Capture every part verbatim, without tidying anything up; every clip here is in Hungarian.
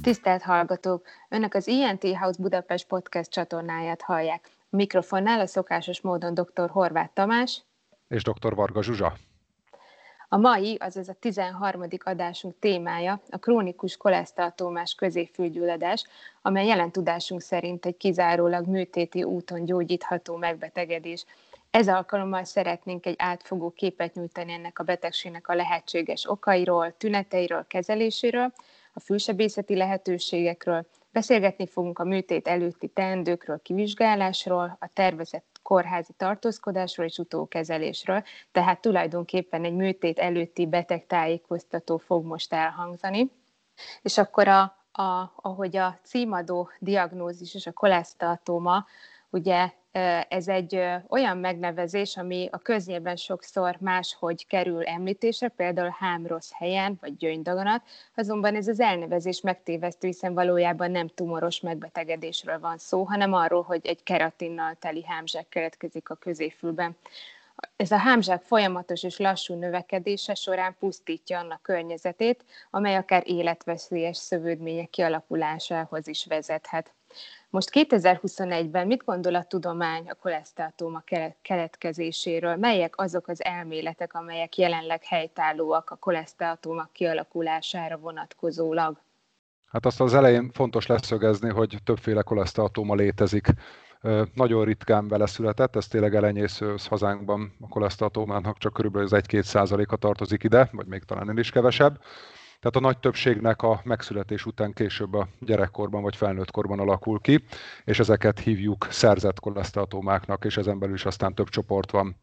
Tisztelt hallgatók! Önök az i en té House Budapest podcast csatornáját hallják. A mikrofonnál a szokásos módon dr. Horváth Tamás és dr. Varga Zsuzsa. A mai, azaz a tizenharmadik adásunk témája a krónikus koleszteatómás középfülgyulladás, amely jelen tudásunk szerint egy kizárólag műtéti úton gyógyítható megbetegedés. Ez alkalommal szeretnénk egy átfogó képet nyújtani ennek a betegségnek a lehetséges okairól, tüneteiről, kezeléséről, a fülsebészeti lehetőségekről, beszélgetni fogunk a műtét előtti teendőkről, kivizsgálásról, a tervezett kórházi tartózkodásról és utókezelésről, tehát tulajdonképpen egy műtét előtti betegtájékoztató fog most elhangzani. És akkor, a, a, ahogy a címadó diagnózis és a koleszteatóma, ugye ez egy olyan megnevezés, ami a köznyelben sokszor máshogy kerül említésre, például hámrossz helyen, vagy gyöngydaganat, azonban ez az elnevezés megtévesztő, hiszen valójában nem tumoros megbetegedésről van szó, hanem arról, hogy egy keratinnal teli hámzsák keletkezik a középfülben. Ez a hámzsák folyamatos és lassú növekedése során pusztítja annak környezetét, amely akár életveszélyes szövődmények kialakulásához is vezethet. Most kétezer-huszonegyben mit gondol a tudomány a koleszteatóma keletkezéséről? Melyek azok az elméletek, amelyek jelenleg helytállóak a koleszteatóma kialakulására vonatkozólag? Hát azt az elején fontos leszögezni, hogy többféle koleszteatóma létezik. Nagyon ritkán vele született, ez tényleg elenyésző, hazánkban a koleszteatómának csak körülbelül az egy-két százaléka tartozik ide, vagy még talán ennél is kevesebb. Tehát a nagy többségnek a megszületés után később a gyerekkorban vagy felnőtt korban alakul ki, és ezeket hívjuk szerzett koleszteatómáknak, és ezen belül is aztán több csoport van.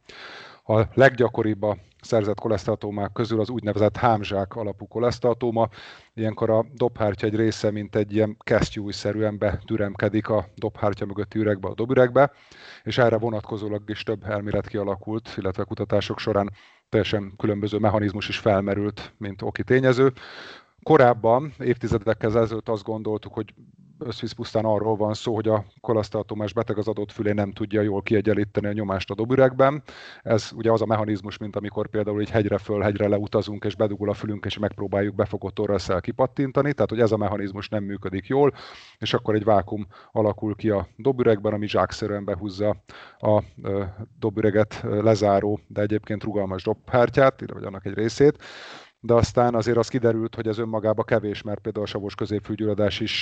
A leggyakoribb a szerzett koleszteatómák közül az úgynevezett hámzsák alapú koleszteatóma. Ilyenkor a dobhártya egy része, mint egy ilyen kesztyújszerűen betüremkedik a dobhártya mögötti üregbe, a dobüregbe, és erre vonatkozólag is több elmélet kialakult, illetve kutatások során teljesen különböző mechanizmus is felmerült, mint oki tényező. Korábban, évtizedekkel ezelőtt azt gondoltuk, hogy összvisz pusztán arról van szó, hogy a koleszteatómás beteg az adott fülén nem tudja jól kiegyenlíteni a nyomást a dobüregben. Ez ugye az a mechanizmus, mint amikor például egy hegyre föl, hegyre leutazunk, és bedugul a fülünk, és megpróbáljuk befogott orrasszal kipattintani, tehát hogy ez a mechanizmus nem működik jól, és akkor egy vákum alakul ki a dobüregben, ami zsákszerűen behúzza a dobüreget lezáró, de egyébként rugalmas dobhártyát, vagy annak egy részét. De aztán azért az kiderült, hogy ez önmagában kevés, mert például a savos középfülgyulladás is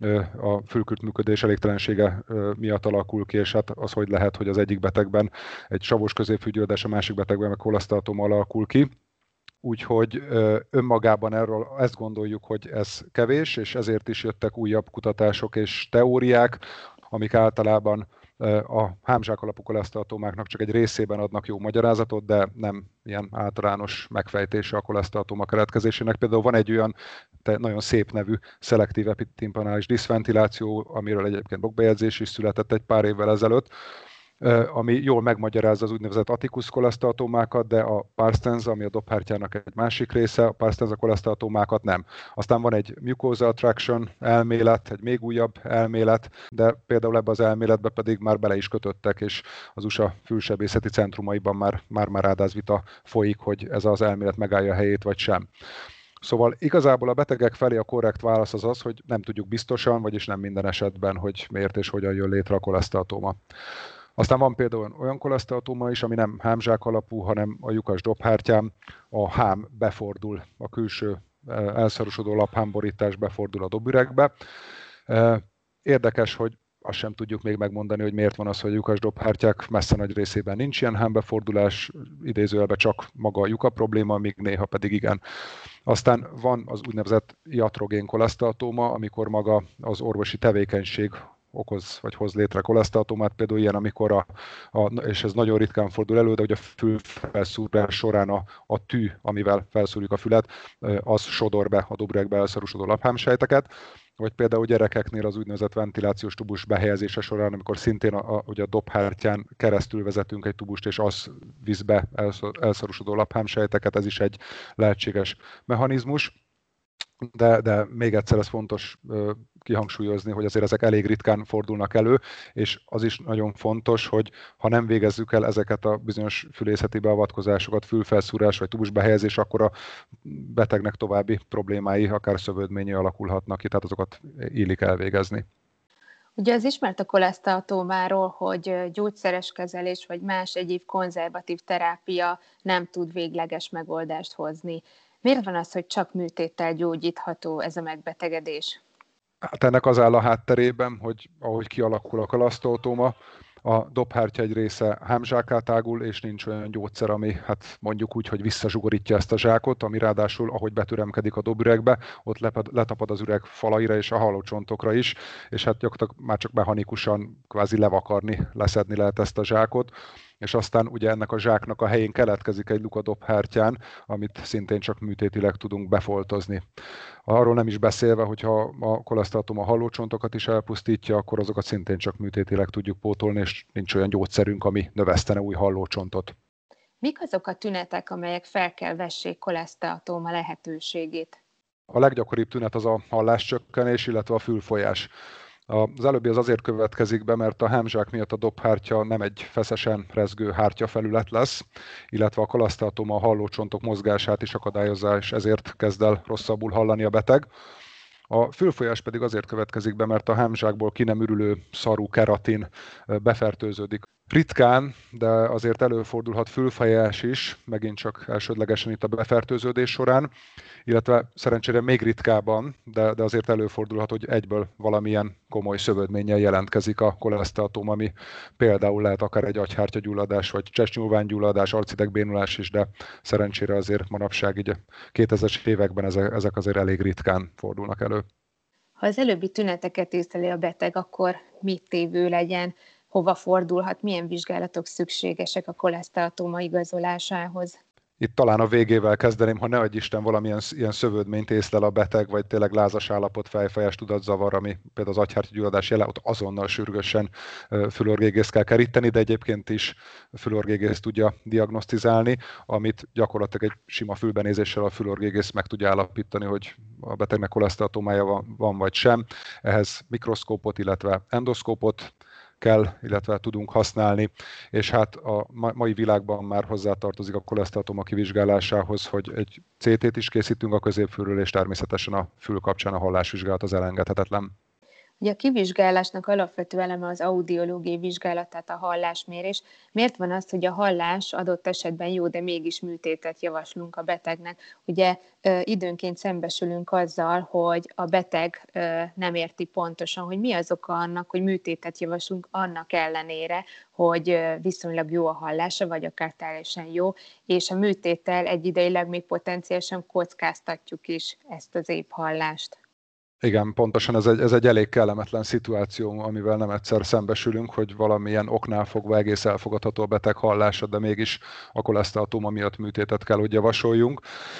a fülkürt működés elégtelensége miatt alakul ki, és hát az hogy lehet, hogy az egyik betegben egy savos középfülgyulladás, a másik betegben meg koleszteatóma alakul ki. Úgyhogy önmagában erről ezt gondoljuk, hogy ez kevés, és ezért is jöttek újabb kutatások és teóriák, amik általában a hámzsák alapú koleszteatómáknak csak egy részében adnak jó magyarázatot, de nem ilyen általános megfejtése a koleszteatóma keletkezésének. Például van egy olyan nagyon szép nevű szelektív epitimpanális diszventiláció, amiről egyébként blogbejegyzés is született egy pár évvel ezelőtt, ami jól megmagyarázza az úgynevezett atikus koleszteatómákat, de a Parsons, ami a dobhártyának egy másik része, a Parsons a koleszteatómákat nem. Aztán van egy mucosa attraction elmélet, egy még újabb elmélet, de például ebbe az elméletbe pedig már bele is kötöttek, és az u es á fülsebészeti centrumaiban már már, már rádázvita folyik, hogy ez az elmélet megállja a helyét, vagy sem. Szóval igazából a betegek felé a korrekt válasz az az, hogy nem tudjuk biztosan, vagyis nem minden esetben, hogy miért és hogyan jön létre a koleszteatóma. Aztán van például olyan koleszteatóma is, ami nem hámzsák alapú, hanem a lyukas dobhártyán a hám befordul, a külső elszorosodó laphámborítás befordul a dobüregbe. Érdekes, hogy azt sem tudjuk még megmondani, hogy miért van az, hogy a lyukas dobhártyák messze nagy részében nincs ilyen hámbefordulás, idézőjelben csak maga a lyuka probléma, míg néha pedig igen. Aztán van az úgynevezett iatrogén koleszteatóma, amikor maga az orvosi tevékenység okoz vagy hoz létre koleszteatómát, például ilyen, amikor a, a, és ez nagyon ritkán fordul elő, de hogy a fülfelszúrás során a, a tű, amivel felszúrjuk a fület, az sodor be a dobüregbe elszorosodó laphámsejteket, vagy például gyerekeknél az úgynevezett ventilációs tubus behelyezése során, amikor szintén a, a, ugye a dobhártyán keresztül vezetünk egy tubust, és az visz be elszorosodó laphámsejteket, ez is egy lehetséges mechanizmus. De, de még egyszer ez fontos kihangsúlyozni, hogy azért ezek elég ritkán fordulnak elő, és az is nagyon fontos, hogy ha nem végezzük el ezeket a bizonyos fülészeti beavatkozásokat, fülfelszúrás vagy tubusbehelyezés, akkor a betegnek további problémái, akár szövődményi alakulhatnak ki, tehát azokat illik elvégezni. Ugye az ismert a koleszteatómáról, hogy gyógyszeres kezelés vagy más egyéb konzervatív terápia nem tud végleges megoldást hozni. Miért van az, hogy csak műtéttel gyógyítható ez a megbetegedés? Hát ennek az áll a hátterében, hogy ahogy kialakul a koleszteatóma, a dobhártya egy része hámzsákká tágul, és nincs olyan gyógyszer, ami hát mondjuk úgy, hogy visszazsugorítja ezt a zsákot, ami ráadásul, ahogy betüremkedik a dobüregbe, ott letapad az üreg falaira és a hallócsontokra is, és hát gyakorlatilag már csak mechanikusan kvázi levakarni, leszedni lehet ezt a zsákot, és aztán ugye ennek a zsáknak a helyén keletkezik egy luk a dobhártyán, amit szintén csak műtétileg tudunk befoltozni. Arról nem is beszélve, hogyha a koleszteatom a hallócsontokat is elpusztítja, akkor azokat szintén csak műtétileg tudjuk pótolni, és nincs olyan gyógyszerünk, ami növesztene új hallócsontot. Mik azok a tünetek, amelyek fel kell vessék koleszteatóma lehetőségét? A leggyakoribb tünet az a halláscsökkenés, illetve a fülfolyás. Az előbbi az azért következik be, mert a hámzsák miatt a dobhártya nem egy feszesen rezgő hártyafelület lesz, illetve a koleszteatoma a hallócsontok mozgását is akadályozza, és ezért kezd el rosszabbul hallani a beteg. A fülfolyás pedig azért következik be, mert a hámzsákból ki nem ürülő szarú keratin befertőződik. Ritkán, de azért előfordulhat fülfolyás is, megint csak elsődlegesen itt a befertőződés során, illetve szerencsére még ritkábban, de, de azért előfordulhat, hogy egyből valamilyen komoly szövődménnyel jelentkezik a koleszteatom, ami például lehet akár egy agyhártyagyulladás, vagy csesnyúlványgyulladás, arcidegbénulás is, de szerencsére azért manapság így a kétezres években ezek, ezek azért elég ritkán fordulnak elő. Ha az előbbi tüneteket észleli a beteg, akkor mit tévő legyen, hova fordulhat, milyen vizsgálatok szükségesek a koleszteatóma igazolásához? Itt talán a végével kezdeném, ha ne adj Isten valamilyen ilyen szövődményt észlel a beteg, vagy tényleg lázas állapot, fejfájás, tudatzavar, ami például az agyhártyagyulladás jele, ott azonnal sürgősen fülorgégészt kell keríteni, de egyébként is fülorgégészt tudja diagnosztizálni, amit gyakorlatilag egy sima fülbenézéssel a fülorgégész meg tudja állapítani, hogy a betegnek koleszteatomája van, van vagy sem. Ehhez mikroszkópot, illetve endoszkópot kell, illetve tudunk használni, és hát a mai világban már hozzátartozik a koleszteatoma kivizsgálásához, hogy egy cé tét is készítünk a középfülről, és természetesen a fül kapcsán a hallásvizsgálat az elengedhetetlen. Ugye a kivizsgálásnak alapvető eleme az audiológiai vizsgálat, tehát a hallásmérés. Miért van az, hogy a hallás adott esetben jó, de mégis műtétet javaslunk a betegnek? Ugye időnként szembesülünk azzal, hogy a beteg nem érti pontosan, hogy mi az oka annak, hogy műtétet javaslunk annak ellenére, hogy viszonylag jó a hallása, vagy akár teljesen jó, és a műtéttel egyidejileg még potenciálisan kockáztatjuk is ezt az épp hallást. Igen, pontosan ez egy, ez egy elég kellemetlen szituáció, amivel nem egyszer szembesülünk, hogy valamilyen oknál fogva egész elfogadható a beteg hallása, de mégis a koleszteatóma miatt műtétet kell, hogy javasoljunk.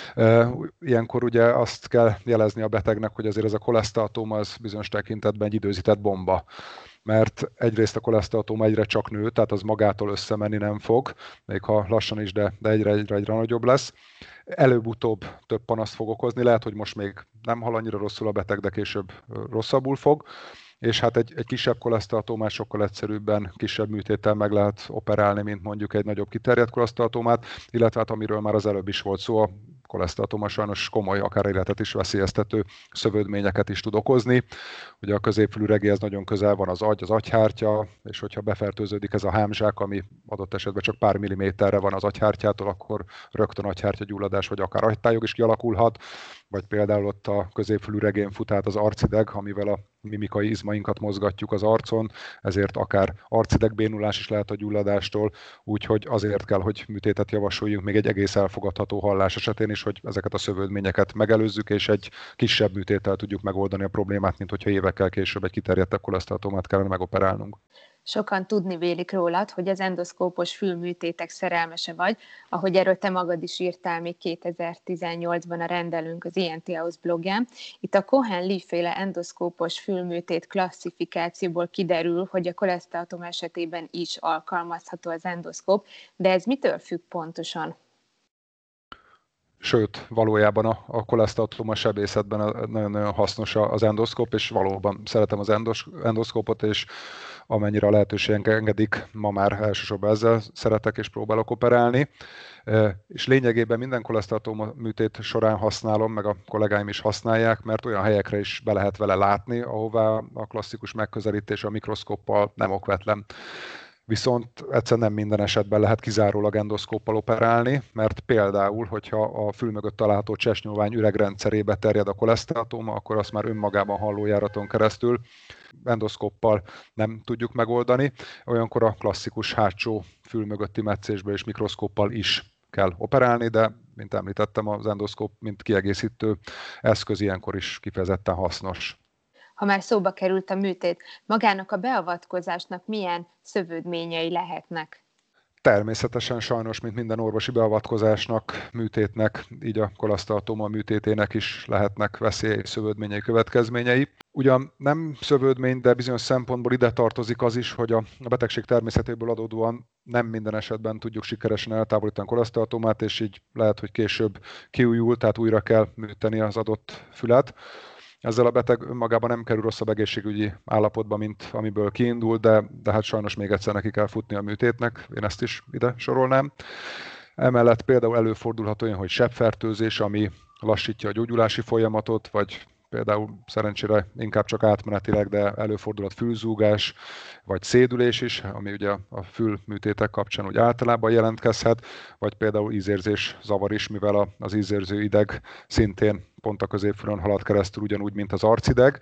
Ilyenkor ugye azt kell jelezni a betegnek, hogy azért ez a koleszteatóma az bizonyos tekintetben egy időzített bomba. Mert egyrészt a koleszteatóma egyre csak nő, tehát az magától összemenni nem fog, még ha lassan is, de, de egyre, egyre, egyre nagyobb lesz. Előbb-utóbb több panaszt fog okozni, lehet, hogy most még nem hal annyira rosszul a beteg, de később rosszabbul fog, és hát egy, egy kisebb koleszteatómát sokkal egyszerűbben, kisebb műtéttel meg lehet operálni, mint mondjuk egy nagyobb kiterjedt koleszteatómát, illetve hát amiről már az előbb is volt szó, a koleszteatóma sajnos komoly, akár életet is veszélyeztető szövődményeket is tud okozni. Ugye a középfülüregéhez nagyon közel van az agy, az agyhártya, és hogyha befertőződik ez a hámzsák, ami adott esetben csak pár milliméterre van az agyhártyától, akkor rögtön agyhártyagyulladás, vagy akár agytályog is kialakulhat, vagy például ott a középfülüregén fut át az arcideg, amivel a mimikai izmainkat mozgatjuk az arcon, ezért akár arcidegbénulás is lehet a gyulladástól, úgyhogy azért kell, hogy műtétet javasoljunk még egy egész elfogadható hallás esetén is, hogy ezeket a szövődményeket megelőzzük, és egy kisebb műtéttel tudjuk megoldani a problémát, mint hogyha évekkel később egy kiterjedtebb koleszteatómát kellene megoperálnunk. Sokan tudni vélik rólad, hogy az endoszkópos fülműtétek szerelmese vagy, ahogy erről te magad is írtál még kétezer-tizennyolcban a Rendelünk az i en té House blogján. Itt a Cohen-Lee-féle endoszkópos fülműtét klasszifikációból kiderül, hogy a koleszteatom esetében is alkalmazható az endoszkóp, de ez mitől függ pontosan? sőt, valójában a, a koleszteatoma sebészetben nagyon-nagyon hasznos az endoszkóp, és valóban szeretem az endos, endoszkópot, és amennyire a lehetőségek engedik, ma már elsősorban ezzel szeretek és próbálok operálni. És lényegében minden koleszteatoma műtét során használom, meg a kollégáim is használják, mert olyan helyekre is be lehet vele látni, ahová a klasszikus megközelítés a mikroszkóppal nem okvetlen. Viszont egyszer nem minden esetben lehet kizárólag endoszkóppal operálni, mert például, hogyha a fül mögött található csesnyolvány üregrendszerébe terjed a koleszteatoma, akkor azt már önmagában hallójáraton keresztül endoszkóppal nem tudjuk megoldani. Olyankor a klasszikus hátsó fül mögötti metszésből és mikroszkóppal is kell operálni, de mint említettem, az endoszkóp mint kiegészítő eszköz ilyenkor is kifejezetten hasznos. Ha már szóba került a műtét, magának a beavatkozásnak milyen szövődményei lehetnek? Természetesen sajnos, mint minden orvosi beavatkozásnak, műtétnek, így a koleszteatoma műtétének is lehetnek veszély szövődményei, következményei. Ugyan nem szövődmény, de bizonyos szempontból ide tartozik az is, hogy a betegség természetéből adódóan nem minden esetben tudjuk sikeresen eltávolítani a koleszteatomát, és így lehet, hogy később kiújul, tehát újra kell műteni az adott fület. Ezzel a beteg önmagában nem kerül rosszabb egészségügyi állapotba, mint amiből kiindul, de, de hát sajnos még egyszer neki kell futni a műtétnek, én ezt is ide sorolnám. Emellett például előfordulhat olyan, hogy sebfertőzés, ami lassítja a gyógyulási folyamatot, vagy például szerencsére inkább csak átmenetileg, de előfordulhat fülzúgás, vagy szédülés is, ami ugye a fülműtétek kapcsán úgy általában jelentkezhet, vagy például ízérzés zavar is, mivel az ízérző ideg szintén pont a középfülön halad keresztül, ugyanúgy, mint az arcideg.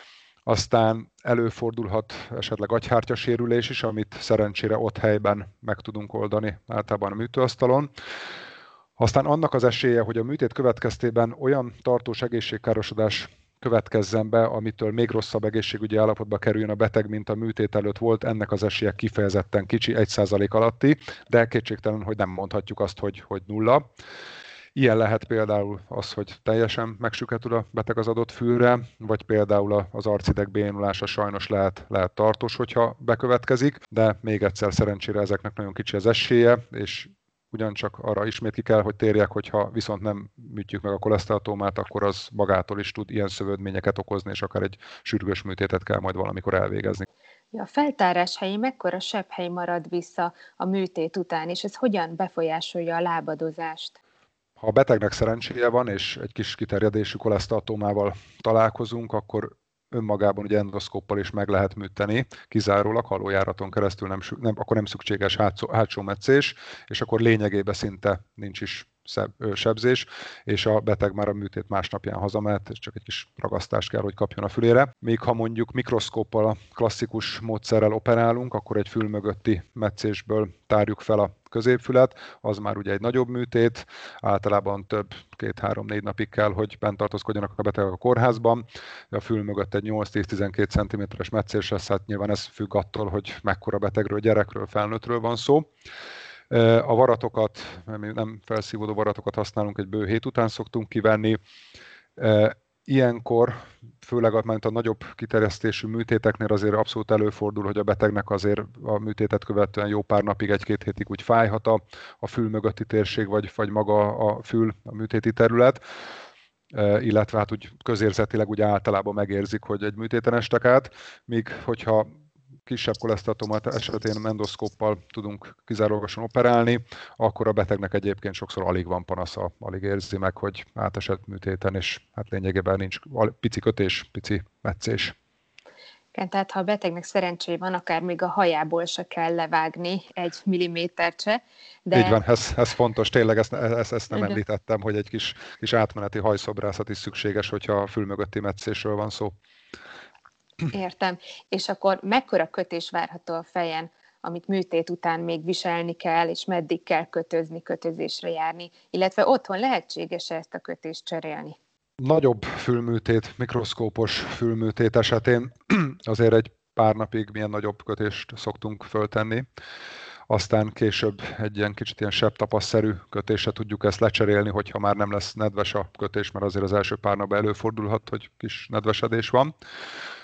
Aztán előfordulhat esetleg agyhártyasérülés is, amit szerencsére ott helyben meg tudunk oldani, általában a műtőasztalon. Aztán annak az esélye, hogy a műtét következtében olyan tartós egészségkárosodás következzen be, amitől még rosszabb egészségügyi állapotba kerüljön a beteg, mint a műtét előtt volt, ennek az esélye kifejezetten kicsi, egy százalék alatti, de kétségtelen, hogy nem mondhatjuk azt, hogy, hogy nulla. Ilyen lehet például az, hogy teljesen megsüketül a beteg az adott fülre, vagy például az arcideg bénulása sajnos lehet, lehet tartós, hogyha bekövetkezik, de még egyszer szerencsére ezeknek nagyon kicsi az esélye, és ugyancsak arra ismét ki kell, hogy térjek, hogyha viszont nem műtjük meg a koleszteatomát, akkor az magától is tud ilyen szövődményeket okozni, és akár egy sürgős műtétet kell majd valamikor elvégezni. A feltárás helyén mekkora sebhely marad vissza a műtét után, és ez hogyan befolyásolja a lábadozást? Ha a betegnek szerencséje van, és egy kis kiterjedésű koleszteatomával találkozunk, akkor önmagában ugye endoszkóppal is meg lehet műteni, kizárólag hallójáraton keresztül nem, nem, akkor nem szükséges hátsó, hátsó metszés, és akkor lényegében szinte nincs is szeb, ö, sebzés, és a beteg már a műtét másnapján hazamehet, és csak egy kis ragasztást kell, hogy kapjon a fülére. Még ha mondjuk mikroszkóppal, a klasszikus módszerrel operálunk, akkor egy fül mögötti metszésből tárjuk fel a középfület, az már ugye egy nagyobb műtét, általában több, két-három-négy napig kell, hogy bent tartózkodjanak a betegek a kórházban. A fül mögött egy nyolc-tíz-tizenkét centiméteres metszés lesz, hát nyilván ez függ attól, hogy mekkora betegről, gyerekről, felnőttről van szó. A varatokat, nem felszívódó varatokat használunk, egy bő hét után szoktunk kivenni. Ilyenkor, főleg a nagyobb kiterjesztésű műtéteknél azért abszolút előfordul, hogy a betegnek azért a műtétet követően jó pár napig, egy-két hétig úgy fájhat a, a fül mögötti térség, vagy, vagy maga a fül, a műtéti terület, illetve hát úgy közérzetileg úgy általában megérzik, hogy egy műtéten estek át, míg hogyha kisebb koleszteatomát esetén endoszkóppal tudunk kizárólagosan operálni, akkor a betegnek egyébként sokszor alig van panasza, alig érzi meg, hogy átesett műtéten, és hát lényegében nincs pici kötés, pici metszés. Tehát ha a betegnek szerencséje van, akár még a hajából se kell levágni egy millimétert se. De... Így van, ez, ez fontos, tényleg ezt, ezt, ezt nem uh-huh. említettem, hogy egy kis, kis átmeneti hajszobrászat is szükséges, hogyha a fül mögötti metszésről van szó. Értem. És akkor mekkora kötés várható a fejen, amit műtét után még viselni kell, és meddig kell kötözni, kötözésre járni, illetve otthon lehetséges ezt a kötést cserélni? Nagyobb fülműtét, mikroszkópos fülműtét esetén azért egy pár napig milyen nagyobb kötést szoktunk föltenni. Aztán később egy ilyen kicsit ilyen sebtapasszerű kötésre tudjuk ezt lecserélni, hogyha már nem lesz nedves a kötés, mert azért az első pár napban előfordulhat, hogy kis nedvesedés van.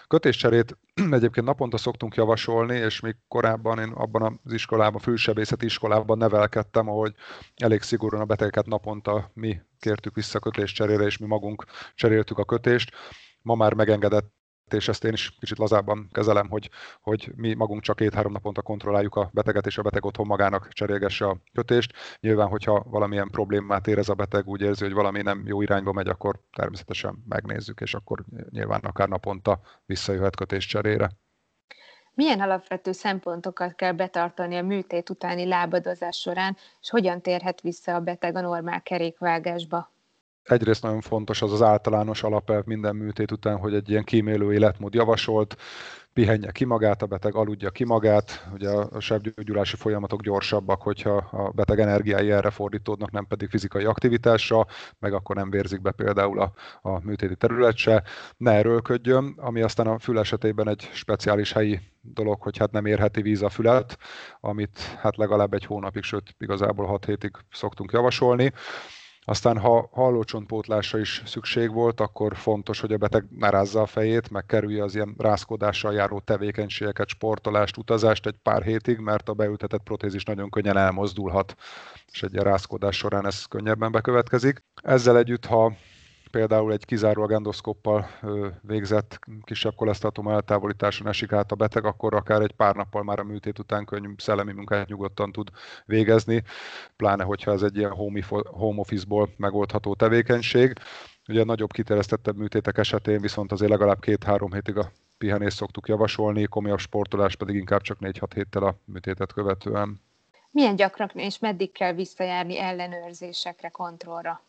Kötéscserét egyébként naponta szoktunk javasolni, és még korábban én abban az iskolában, fülsebészeti iskolában nevelkedtem, ahogy elég szigorúan a betegeket naponta mi kértük vissza kötéscserére, és mi magunk cseréltük a kötést. Ma már megengedett, és ezt én is kicsit lazábban kezelem, hogy, hogy mi magunk csak két-három naponta kontrolláljuk a beteget, és a beteg otthon magának cserélgesse a kötést. Nyilván, hogyha valamilyen problémát érez a beteg, úgy érzi, hogy valami nem jó irányba megy, akkor természetesen megnézzük, és akkor nyilván akár naponta visszajöhet kötéscserére. Milyen alapvető szempontokat kell betartani a műtét utáni lábadozás során, és hogyan térhet vissza a beteg a normál kerékvágásba? Egyrészt nagyon fontos az az általános alapelv minden műtét után, hogy egy ilyen kímélő életmód javasolt, pihenje ki magát a beteg, aludja ki magát, ugye a sebgyógyulási folyamatok gyorsabbak, hogyha a beteg energiái erre fordítódnak, nem pedig fizikai aktivitásra, meg akkor nem vérzik be például a, a műtéti terület se, ne erőlködjön, ami aztán a fül esetében egy speciális helyi dolog, hogy hát nem érheti víz a fület, amit hát legalább egy hónapig, sőt igazából hat hétig szoktunk javasolni. Aztán, ha hallócsontpótlásra is szükség volt, akkor fontos, hogy a beteg ne rázza a fejét, meg kerülje az ilyen rázkódással járó tevékenységeket, sportolást, utazást egy pár hétig, mert a beültetett protézis nagyon könnyen elmozdulhat, és egy ilyen rázkódás során ez könnyebben bekövetkezik. Ezzel együtt, ha például egy kizárólag endoszkóppal végzett kisebb koleszteratoma eltávolításon esik át a beteg, akkor akár egy pár nappal már a műtét után könnyű szellemi munkát nyugodtan tud végezni, pláne hogyha ez egy ilyen home office-ból megoldható tevékenység. Ugye nagyobb kiterjesztettebb műtétek esetén viszont azért legalább két-három hétig a pihenést szoktuk javasolni, komolyabb sportolás pedig inkább csak négy-hat héttel a műtétet követően. Milyen gyakran és meddig kell visszajárni ellenőrzésekre, kontrollra?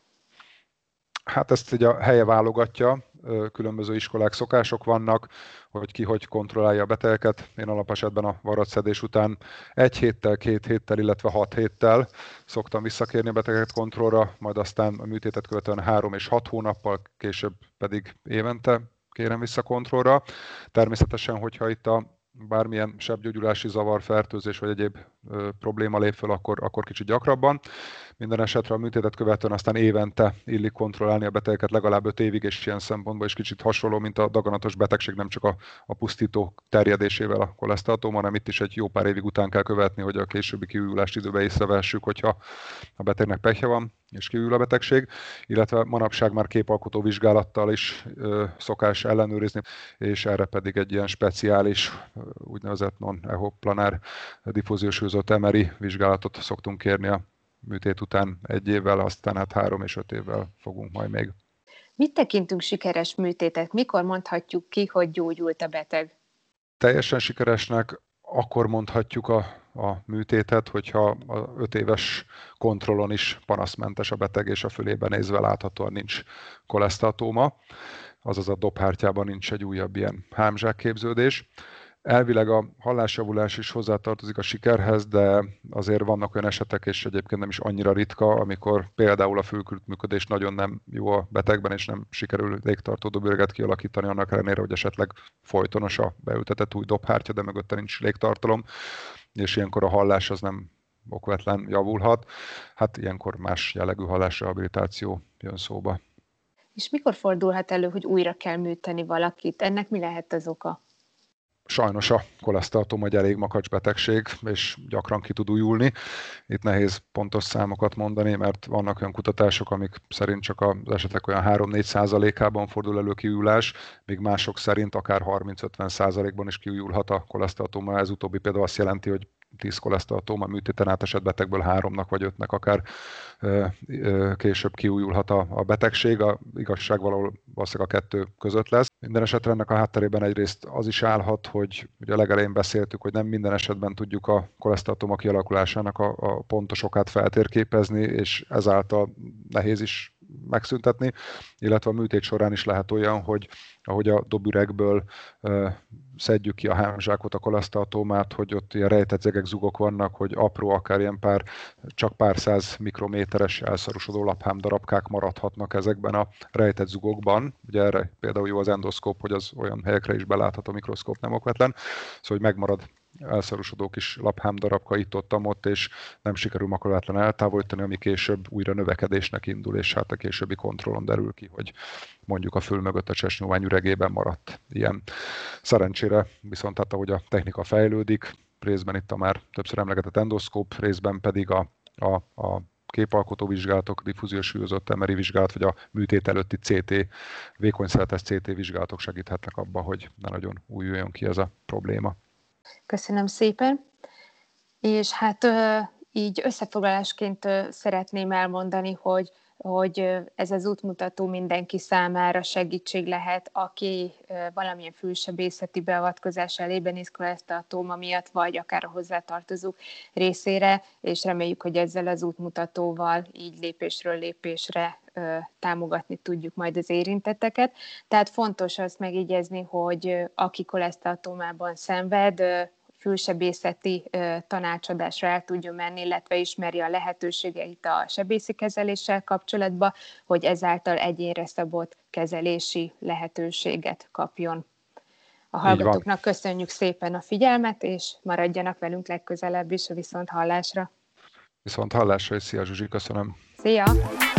Hát ezt ugye a helye válogatja, különböző iskolák, szokások vannak, hogy ki hogy kontrollálja a betegeket. Én alapesetben a varratszedés után egy héttel, két héttel, illetve hat héttel szoktam visszakérni a betegeket kontrollra, majd aztán a műtétet követően három és hat hónappal, később pedig évente kérem vissza kontrollra. Természetesen, hogyha itt a bármilyen sebgyógyulási zavar, fertőzés vagy egyéb ö, probléma lép föl, akkor, akkor kicsit gyakrabban. Minden esetre a műtétet követően aztán évente illik kontrollálni a betegeket legalább öt évig, és ilyen szempontból is kicsit hasonló, mint a daganatos betegség, nem csak a, a pusztító terjedésével a koleszteratoma, hanem itt is egy jó pár évig után kell követni, hogy a későbbi kiújulást időben észrevehessük, hogyha a betegnek pehje van és kiújul a betegség, illetve manapság már képalkotó vizsgálattal is ö, szokás ellenőrizni, és erre pedig egy ilyen speciális, úgynevezett non-ehoplanár diffúziós űzött em er i vizsgálatot szoktunk kérni a műtét után egy évvel, aztán hát három és öt évvel fogunk majd még. Mit tekintünk sikeres műtétet? Mikor mondhatjuk ki, hogy gyógyult a beteg? Teljesen sikeresnek akkor mondhatjuk a, a műtétet, hogyha az öt éves kontrollon is panaszmentes a beteg, és a fülében nézve láthatóan nincs koleszteratoma, azaz a dobhártyában nincs egy újabb ilyen hámzsákképződés. Elvileg a hallásjavulás is hozzátartozik a sikerhez, de azért vannak olyan esetek, és egyébként nem is annyira ritka, amikor például a fülkürtműködés nagyon nem jó a betegben, és nem sikerül légtartó dobüreget kialakítani, annak ellenére, hogy esetleg folytonos a beültetett új dobhártya, de mögötte nincs légtartalom, és ilyenkor a hallás az nem okvetlen javulhat. Hát ilyenkor más jellegű hallásrehabilitáció jön szóba. És mikor fordulhat elő, hogy újra kell műteni valakit? Ennek mi lehet az oka? Sajnos a koleszteratoma egy elég makacs betegség, és gyakran ki tud újulni. Itt nehéz pontos számokat mondani, mert vannak olyan kutatások, amik szerint csak az esetek olyan három-négy százalékában fordul elő kiújulás, míg mások szerint akár harminc-ötven százalékban is kiújulhat a koleszteratoma. Ez utóbbi például azt jelenti, hogy tíz koleszteratoma műtéten átesett betegből háromnak vagy ötnek akár ö, ö, később kiújulhat a, a betegség. A igazság valahol valószínűleg a kettő között lesz. Minden esetre ennek a hátterében egyrészt az is állhat, hogy ugye a legelején beszéltük, hogy nem minden esetben tudjuk a koleszteratoma kialakulásának a, a pontos okát feltérképezni, és ezáltal nehéz is megszüntetni, illetve a műtét során is lehet olyan, hogy ahogy a dobüregből uh, szedjük ki a hámzsákot, a koleszteratomát, hogy ott ilyen rejtett zegek, zugok vannak, hogy apró, akár ilyen pár, csak pár száz mikrométeres elszarosodó laphám darabkák maradhatnak ezekben a rejtett zugokban. Ugye erre például jó az endoszkóp, hogy az olyan helyekre is belátható, a mikroszkóp nem okvetlen, szóval hogy megmarad elszarosodó kis laphám darabka itt-ottam ott, és nem sikerül makulátlan eltávolítani, ami később újra növekedésnek indul, és hát a későbbi kontrollon derül ki, hogy mondjuk a fül mögött a csesnyóvány üregében maradt ilyen. Szerencsére viszont hát ahogy a technika fejlődik, részben itt a már többször emlegetett endoszkóp, részben pedig a, a, a képalkotó vizsgálatok, diffúziós súlyozott em er i vizsgálat, vagy a műtét előtti cé té, vékonyszeletes cé té vizsgálatok segíthetnek abban, hogy ne nagyon újuljon ki ez a probléma. Köszönöm szépen. És hát így összefoglalásként szeretném elmondani, hogy, hogy ez az útmutató mindenki számára segítség lehet, aki valamilyen fülsebészeti beavatkozás elében néz koleszteatóma miatt, vagy akár a hozzátartozók részére, és reméljük, hogy ezzel az útmutatóval így lépésről lépésre támogatni tudjuk majd az érintetteket. Tehát fontos azt megígézni, hogy aki koleszteatómában szenved, fülsebészeti tanácsadásra el tudjon menni, illetve ismeri a lehetőségeit a sebészi kezeléssel kapcsolatban, hogy ezáltal egyénre szabott kezelési lehetőséget kapjon. A hallgatóknak köszönjük szépen a figyelmet, és maradjanak velünk legközelebb is a viszont hallásra. Viszont hallásra, és szia Zsuzsi, köszönöm. Szia!